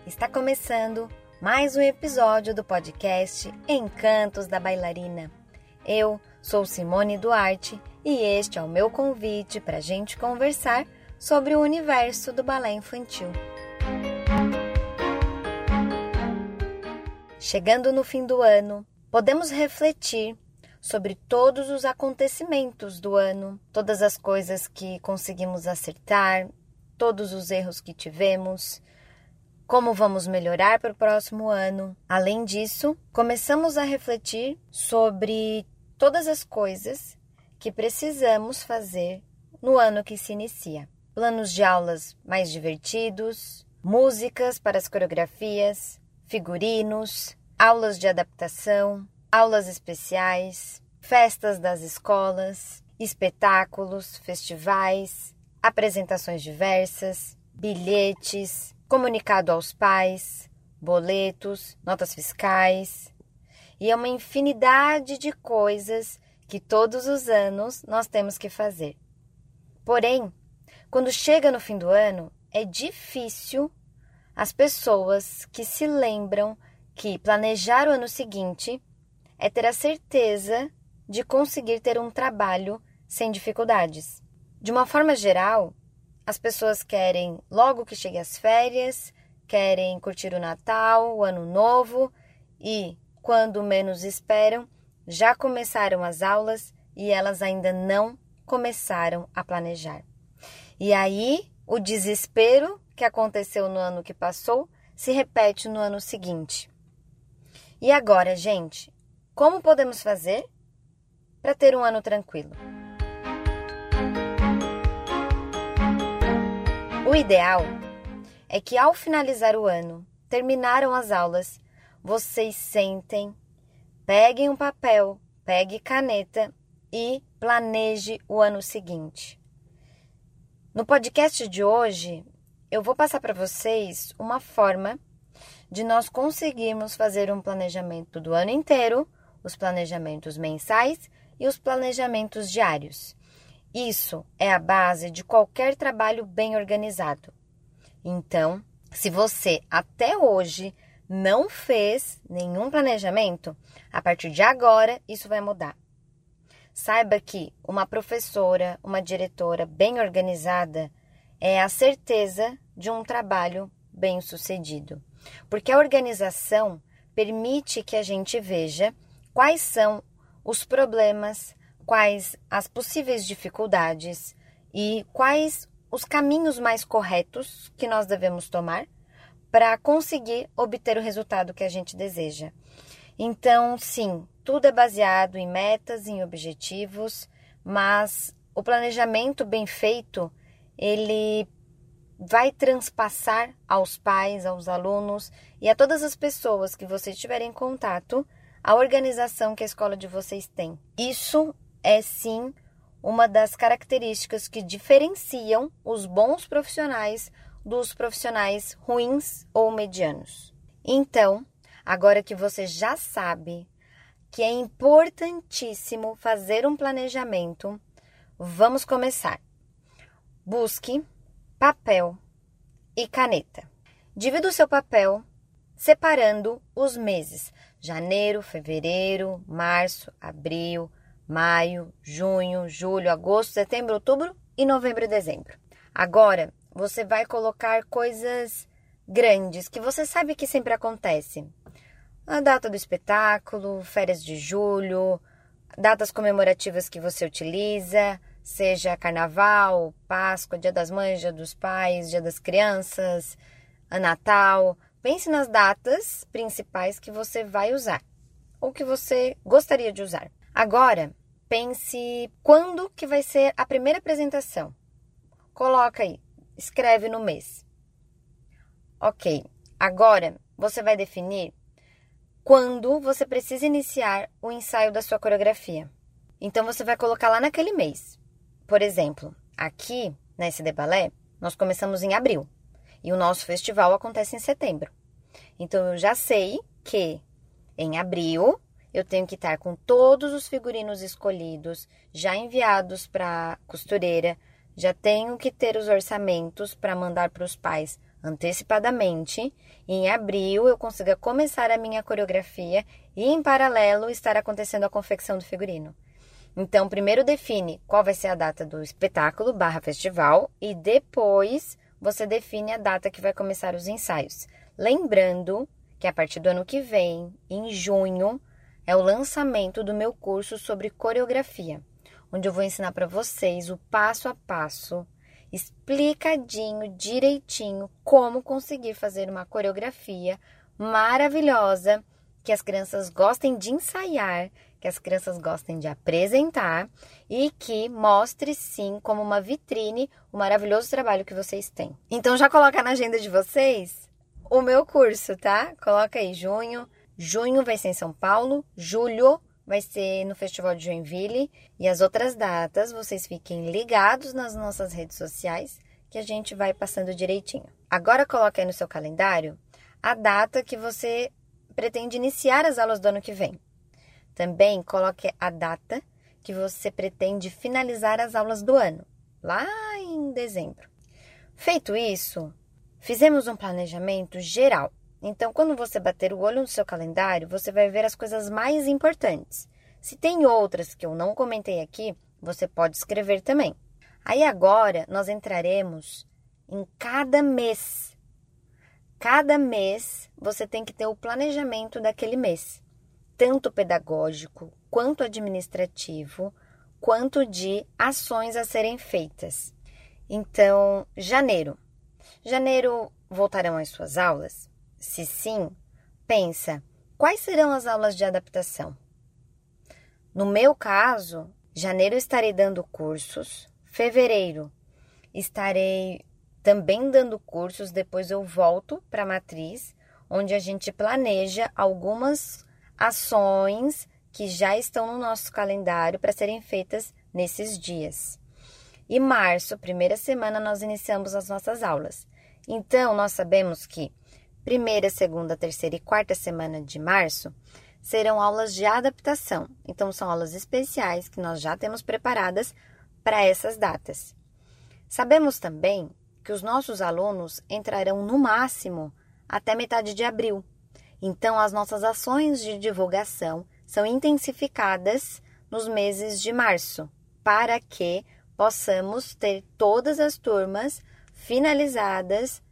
Está começando mais um episódio do podcast Encantos da Bailarina. Eu sou Simone Duarte e este é o meu convite para a gente conversar sobre o universo do balé infantil. Chegando no fim do ano, podemos refletir sobre todos os acontecimentos do ano, todas as coisas que conseguimos acertar, todos os erros que tivemos, como vamos melhorar para o próximo ano. Além disso, começamos a refletir sobre todas as coisas que precisamos fazer no ano que se inicia. Planos de aulas mais divertidos, músicas para as coreografias, figurinos, aulas de adaptação, aulas especiais, festas das escolas, espetáculos, festivais, apresentações diversas, bilhetes, comunicado aos pais, boletos, notas fiscais. E é uma infinidade de coisas que todos os anos nós temos que fazer. Porém, quando chega no fim do ano, é difícil as pessoas que se lembram que planejar o ano seguinte é ter a certeza de conseguir ter um trabalho sem dificuldades. De uma forma geral, as pessoas querem, logo que chegue as férias, querem curtir o Natal, o Ano Novo e, quando menos esperam, já começaram as aulas e elas ainda não começaram a planejar. E aí, o desespero que aconteceu no ano que passou se repete no ano seguinte. E agora, gente, como podemos fazer para ter um ano tranquilo? O ideal é que ao finalizar o ano, terminaram as aulas, vocês sentem, peguem um papel, pegue caneta e planeje o ano seguinte. No podcast de hoje, eu vou passar para vocês uma forma de nós conseguirmos fazer um planejamento do ano inteiro, os planejamentos mensais e os planejamentos diários. Isso é a base de qualquer trabalho bem organizado. Então, se você até hoje não fez nenhum planejamento, a partir de agora isso vai mudar. Saiba que uma professora, uma diretora bem organizada é a certeza de um trabalho bem sucedido. Porque a organização permite que a gente veja quais são os problemas, quais as possíveis dificuldades e quais os caminhos mais corretos que nós devemos tomar para conseguir obter o resultado que a gente deseja. Então, sim, tudo é baseado em metas, em objetivos, mas o planejamento bem feito, ele vai transpassar aos pais, aos alunos e a todas as pessoas que vocês tiverem em contato a organização que a escola de vocês tem. Isso é sim uma das características que diferenciam os bons profissionais dos profissionais ruins ou medianos. Então, agora que você já sabe que é importantíssimo fazer um planejamento, vamos começar. Busque papel e caneta. Divida o seu papel separando os meses: janeiro, fevereiro, março, abril, maio, junho, julho, agosto, setembro, outubro e novembro e dezembro. Agora, você vai colocar coisas grandes que você sabe que sempre acontece. A data do espetáculo, férias de julho, datas comemorativas que você utiliza, seja Carnaval, Páscoa, Dia das Mães, Dia dos Pais, Dia das Crianças, Natal. Pense nas datas principais que você vai usar ou que você gostaria de usar. Agora, pense quando que vai ser a primeira apresentação. Coloca aí, escreve no mês. Ok, agora você vai definir quando você precisa iniciar o ensaio da sua coreografia. Então, você vai colocar lá naquele mês. Por exemplo, aqui na SD Ballet, nós começamos em abril e o nosso festival acontece em setembro. Então, eu já sei que em abril eu tenho que estar com todos os figurinos escolhidos, já enviados para a costureira, já tenho que ter os orçamentos para mandar para os pais antecipadamente, e em abril eu consiga começar a minha coreografia e, em paralelo, estar acontecendo a confecção do figurino. Então, primeiro define qual vai ser a data do espetáculo / festival e depois você define a data que vai começar os ensaios. Lembrando que a partir do ano que vem, em junho, é o lançamento do meu curso sobre coreografia, onde eu vou ensinar para vocês o passo a passo, explicadinho, direitinho, como conseguir fazer uma coreografia maravilhosa, que as crianças gostem de ensaiar, que as crianças gostem de apresentar e que mostre, sim, como uma vitrine o maravilhoso trabalho que vocês têm. Então, já coloca na agenda de vocês o meu curso, tá? Coloca aí junho. Junho vai ser em São Paulo, julho vai ser no Festival de Joinville e as outras datas vocês fiquem ligados nas nossas redes sociais que a gente vai passando direitinho. Agora coloca aí no seu calendário a data que você pretende iniciar as aulas do ano que vem. Também coloque a data que você pretende finalizar as aulas do ano, lá em dezembro. Feito isso, fizemos um planejamento geral. Então, quando você bater o olho no seu calendário, você vai ver as coisas mais importantes. Se tem outras que eu não comentei aqui, você pode escrever também. Aí agora, nós entraremos em cada mês. Cada mês, você tem que ter o planejamento daquele mês. Tanto pedagógico, quanto administrativo, quanto de ações a serem feitas. Então, janeiro. Janeiro voltarão às suas aulas? Se sim, pensa, quais serão as aulas de adaptação? No meu caso, janeiro estarei dando cursos, fevereiro estarei também dando cursos, depois eu volto para a matriz, onde a gente planeja algumas ações que já estão no nosso calendário para serem feitas nesses dias. E março, primeira semana, nós iniciamos as nossas aulas. Então, nós sabemos que primeira, segunda, terceira e quarta semana de março serão aulas de adaptação. Então, são aulas especiais que nós já temos preparadas para essas datas. Sabemos também que os nossos alunos entrarão no máximo até metade de abril. Então, as nossas ações de divulgação são intensificadas nos meses de março, para que possamos ter todas as turmas finalizadas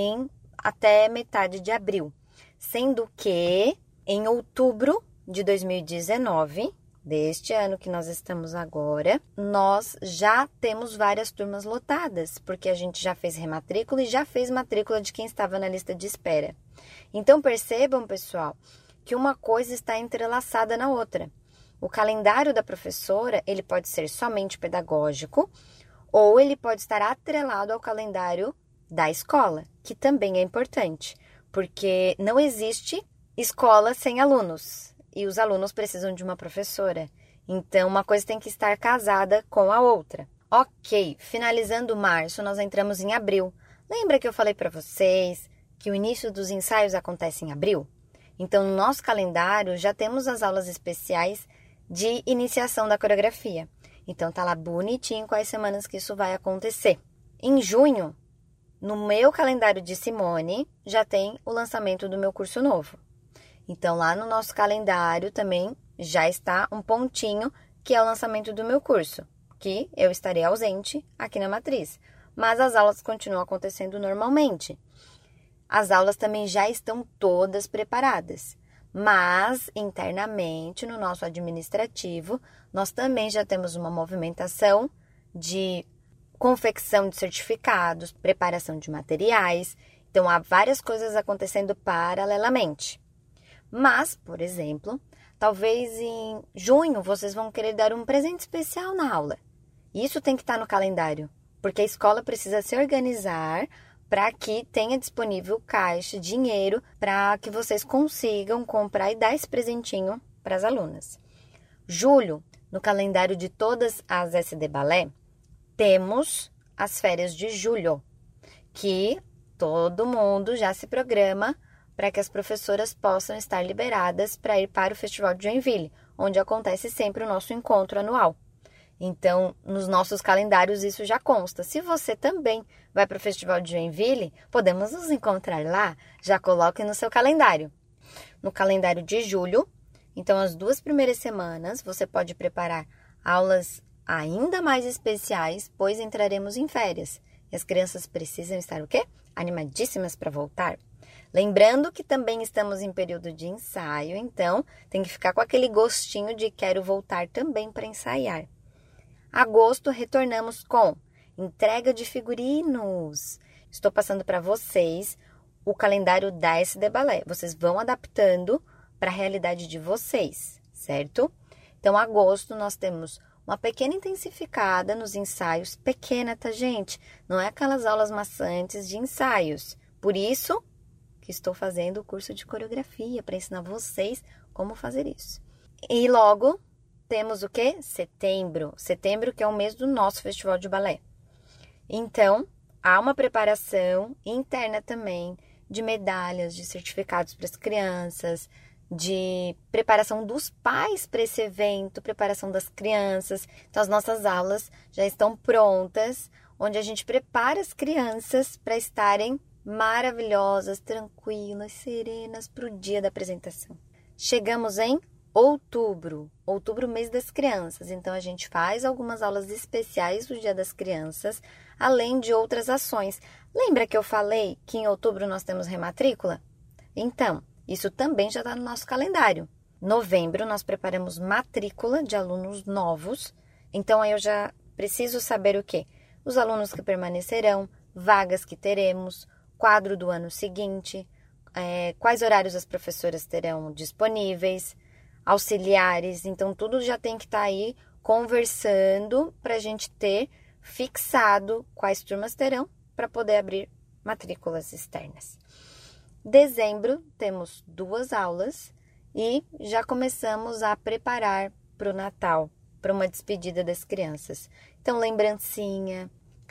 até metade de abril. Sendo que, em outubro de 2019, deste ano que nós estamos agora, nós já temos várias turmas lotadas, porque a gente já fez rematrícula e já fez matrícula de quem estava na lista de espera. Então, percebam, pessoal, que uma coisa está entrelaçada na outra. O calendário da professora, ele pode ser somente pedagógico, ou ele pode estar atrelado ao calendário da escola, que também é importante, porque não existe escola sem alunos, e os alunos precisam de uma professora. Então, uma coisa tem que estar casada com a outra. Ok, finalizando março, nós entramos em abril. Lembra que eu falei para vocês que o início dos ensaios acontece em abril? Então, no nosso calendário, já temos as aulas especiais de iniciação da coreografia. Então, tá lá bonitinho quais semanas que isso vai acontecer. Em junho, no meu calendário de Simone, já tem o lançamento do meu curso novo. Então, lá no nosso calendário também já está um pontinho que é o lançamento do meu curso, que eu estarei ausente aqui na matriz. Mas as aulas continuam acontecendo normalmente. As aulas também já estão todas preparadas. Mas, internamente, no nosso administrativo, nós também já temos uma movimentação de confecção de certificados, preparação de materiais. Então, há várias coisas acontecendo paralelamente. Mas, por exemplo, talvez em junho vocês vão querer dar um presente especial na aula. Isso tem que estar no calendário, porque a escola precisa se organizar para que tenha disponível caixa, dinheiro, para que vocês consigam comprar e dar esse presentinho para as alunas. Julho, no calendário de todas as SD Balé, temos as férias de julho, que todo mundo já se programa para que as professoras possam estar liberadas para ir para o Festival de Joinville, onde acontece sempre o nosso encontro anual. Então, nos nossos calendários isso já consta. Se você também vai para o Festival de Joinville, podemos nos encontrar lá. Já coloque no seu calendário. No calendário de julho, então as 2 primeiras semanas, você pode preparar aulas ainda mais especiais, pois entraremos em férias. E as crianças precisam estar o quê? Animadíssimas para voltar. Lembrando que também estamos em período de ensaio, então tem que ficar com aquele gostinho de quero voltar também para ensaiar. Agosto, retornamos com entrega de figurinos. Estou passando para vocês o calendário da SD Balé. Vocês vão adaptando para a realidade de vocês, certo? Então, agosto, nós temos uma pequena intensificada nos ensaios. Pequena, tá, gente? Não é aquelas aulas maçantes de ensaios. Por isso que estou fazendo o curso de coreografia para ensinar vocês como fazer isso. E logo temos o quê? Setembro. Setembro, que é o mês do nosso Festival de Balé. Então, há uma preparação interna também de medalhas, de certificados para as crianças, de preparação dos pais para esse evento, preparação das crianças. Então, as nossas aulas já estão prontas, onde a gente prepara as crianças para estarem maravilhosas, tranquilas, serenas para o dia da apresentação. Chegamos em outubro, mês das crianças. Então, a gente faz algumas aulas especiais do Dia das Crianças, além de outras ações. Lembra que eu falei que em outubro nós temos rematrícula? Então, isso também já está no nosso calendário. Novembro, nós preparamos matrícula de alunos novos. Então, aí eu já preciso saber o quê? Os alunos que permanecerão, vagas que teremos, quadro do ano seguinte, quais horários as professoras terão disponíveis, auxiliares. Então, tudo já tem que estar aí conversando para a gente ter fixado quais turmas terão para poder abrir matrículas externas. Dezembro, temos 2 aulas e já começamos a preparar para o Natal, para uma despedida das crianças. Então, lembrancinha,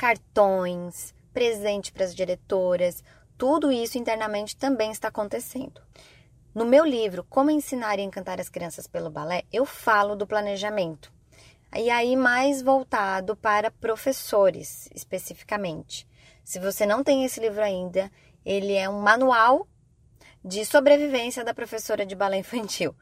cartões, presente para as diretoras, tudo isso internamente também está acontecendo. No meu livro, Como Ensinar e Encantar as Crianças pelo Balé, eu falo do planejamento. E aí mais voltado para professores, especificamente. Se você não tem esse livro ainda, ele é um manual de sobrevivência da professora de balé infantil.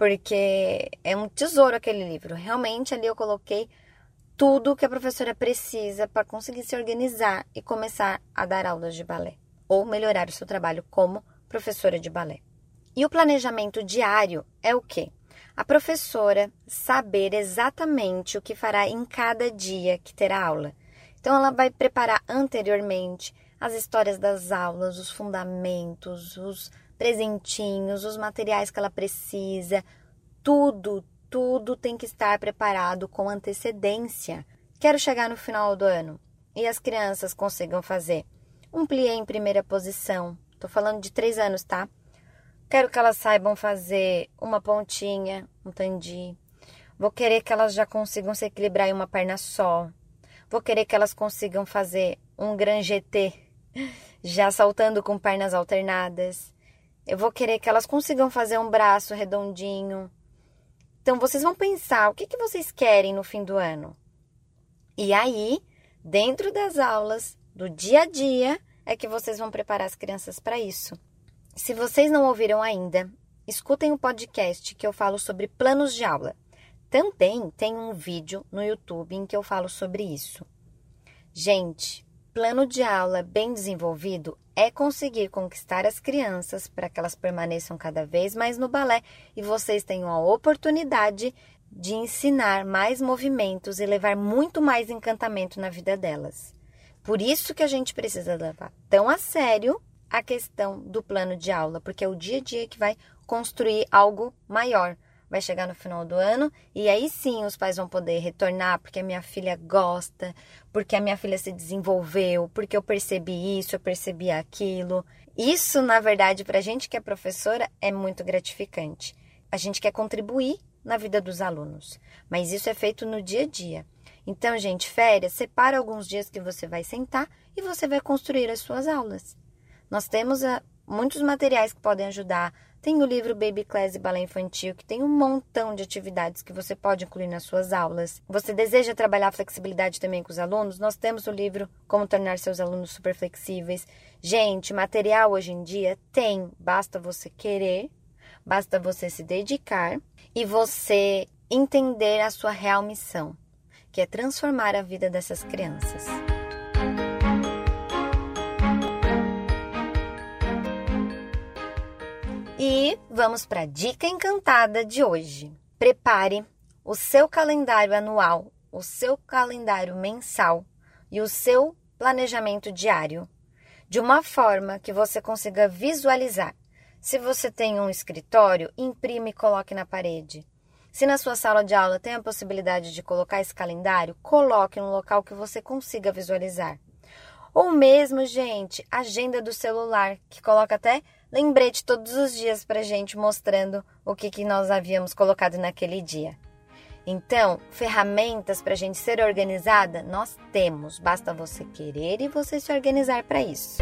Porque é um tesouro aquele livro. Realmente ali eu coloquei tudo que a professora precisa para conseguir se organizar e começar a dar aulas de balé. Ou melhorar o seu trabalho como professora de balé. E o planejamento diário é o quê? A professora saber exatamente o que fará em cada dia que terá aula. Então, ela vai preparar anteriormente as histórias das aulas, os fundamentos, os presentinhos, os materiais que ela precisa. Tudo tem que estar preparado com antecedência. Quero chegar no final do ano e as crianças consigam fazer um plié em primeira posição. Estou falando de 3 anos, tá? Quero que elas saibam fazer uma pontinha, um tandi. Vou querer que elas já consigam se equilibrar em uma perna só. Vou querer que elas consigam fazer um grand jeté, já saltando com pernas alternadas. Eu vou querer que elas consigam fazer um braço redondinho. Então, vocês vão pensar, o que vocês querem no fim do ano? E aí, dentro das aulas, do dia a dia, é que vocês vão preparar as crianças para isso. Se vocês não ouviram ainda, escutem o podcast que eu falo sobre planos de aula. Também tem um vídeo no YouTube em que eu falo sobre isso. Gente, plano de aula bem desenvolvido é conseguir conquistar as crianças para que elas permaneçam cada vez mais no balé e vocês tenham a oportunidade de ensinar mais movimentos e levar muito mais encantamento na vida delas. Por isso que a gente precisa levar tão a sério a questão do plano de aula, porque é o dia a dia que vai construir algo maior. Vai chegar no final do ano e aí sim os pais vão poder retornar porque a minha filha gosta, porque a minha filha se desenvolveu, porque eu percebi isso, eu percebi aquilo. Isso, na verdade, para a gente que é professora, é muito gratificante. A gente quer contribuir na vida dos alunos, mas isso é feito no dia a dia. Então, gente, férias, separa alguns dias que você vai sentar e você vai construir as suas aulas. Nós temos muitos materiais que podem ajudar Tem o livro Baby Class e Balé Infantil, que tem um montão de atividades que você pode incluir nas suas aulas. Você deseja trabalhar flexibilidade também com os alunos? Nós temos o livro Como Tornar Seus Alunos Super Flexíveis. Gente, material hoje em dia tem, basta você querer, basta você se dedicar e você entender a sua real missão, que é transformar a vida dessas crianças. E vamos para a dica encantada de hoje. Prepare o seu calendário anual, o seu calendário mensal e o seu planejamento diário, de uma forma que você consiga visualizar. Se você tem um escritório, imprime e coloque na parede. Se na sua sala de aula tem a possibilidade de colocar esse calendário, coloque no local que você consiga visualizar. Ou mesmo, gente, agenda do celular, que coloca até lembrete todos os dias pra gente, mostrando o que nós havíamos colocado naquele dia. Então, ferramentas pra gente ser organizada, nós temos. Basta você querer e você se organizar para isso.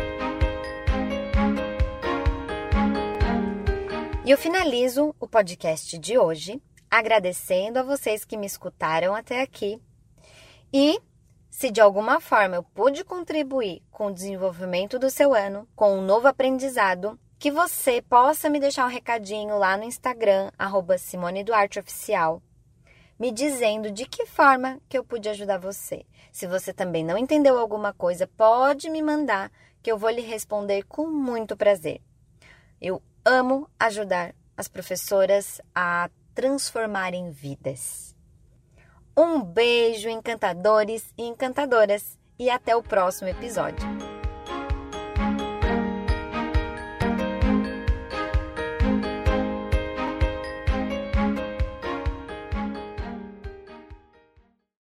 E eu finalizo o podcast de hoje agradecendo a vocês que me escutaram até aqui. E se de alguma forma eu pude contribuir com o desenvolvimento do seu ano, com um novo aprendizado, que você possa me deixar um recadinho lá no Instagram, @SimoneDuarteOficial, me dizendo de que forma que eu pude ajudar você. Se você também não entendeu alguma coisa, pode me mandar, que eu vou lhe responder com muito prazer. Eu amo ajudar as professoras a transformarem vidas. Um beijo, encantadores e encantadoras, e até o próximo episódio.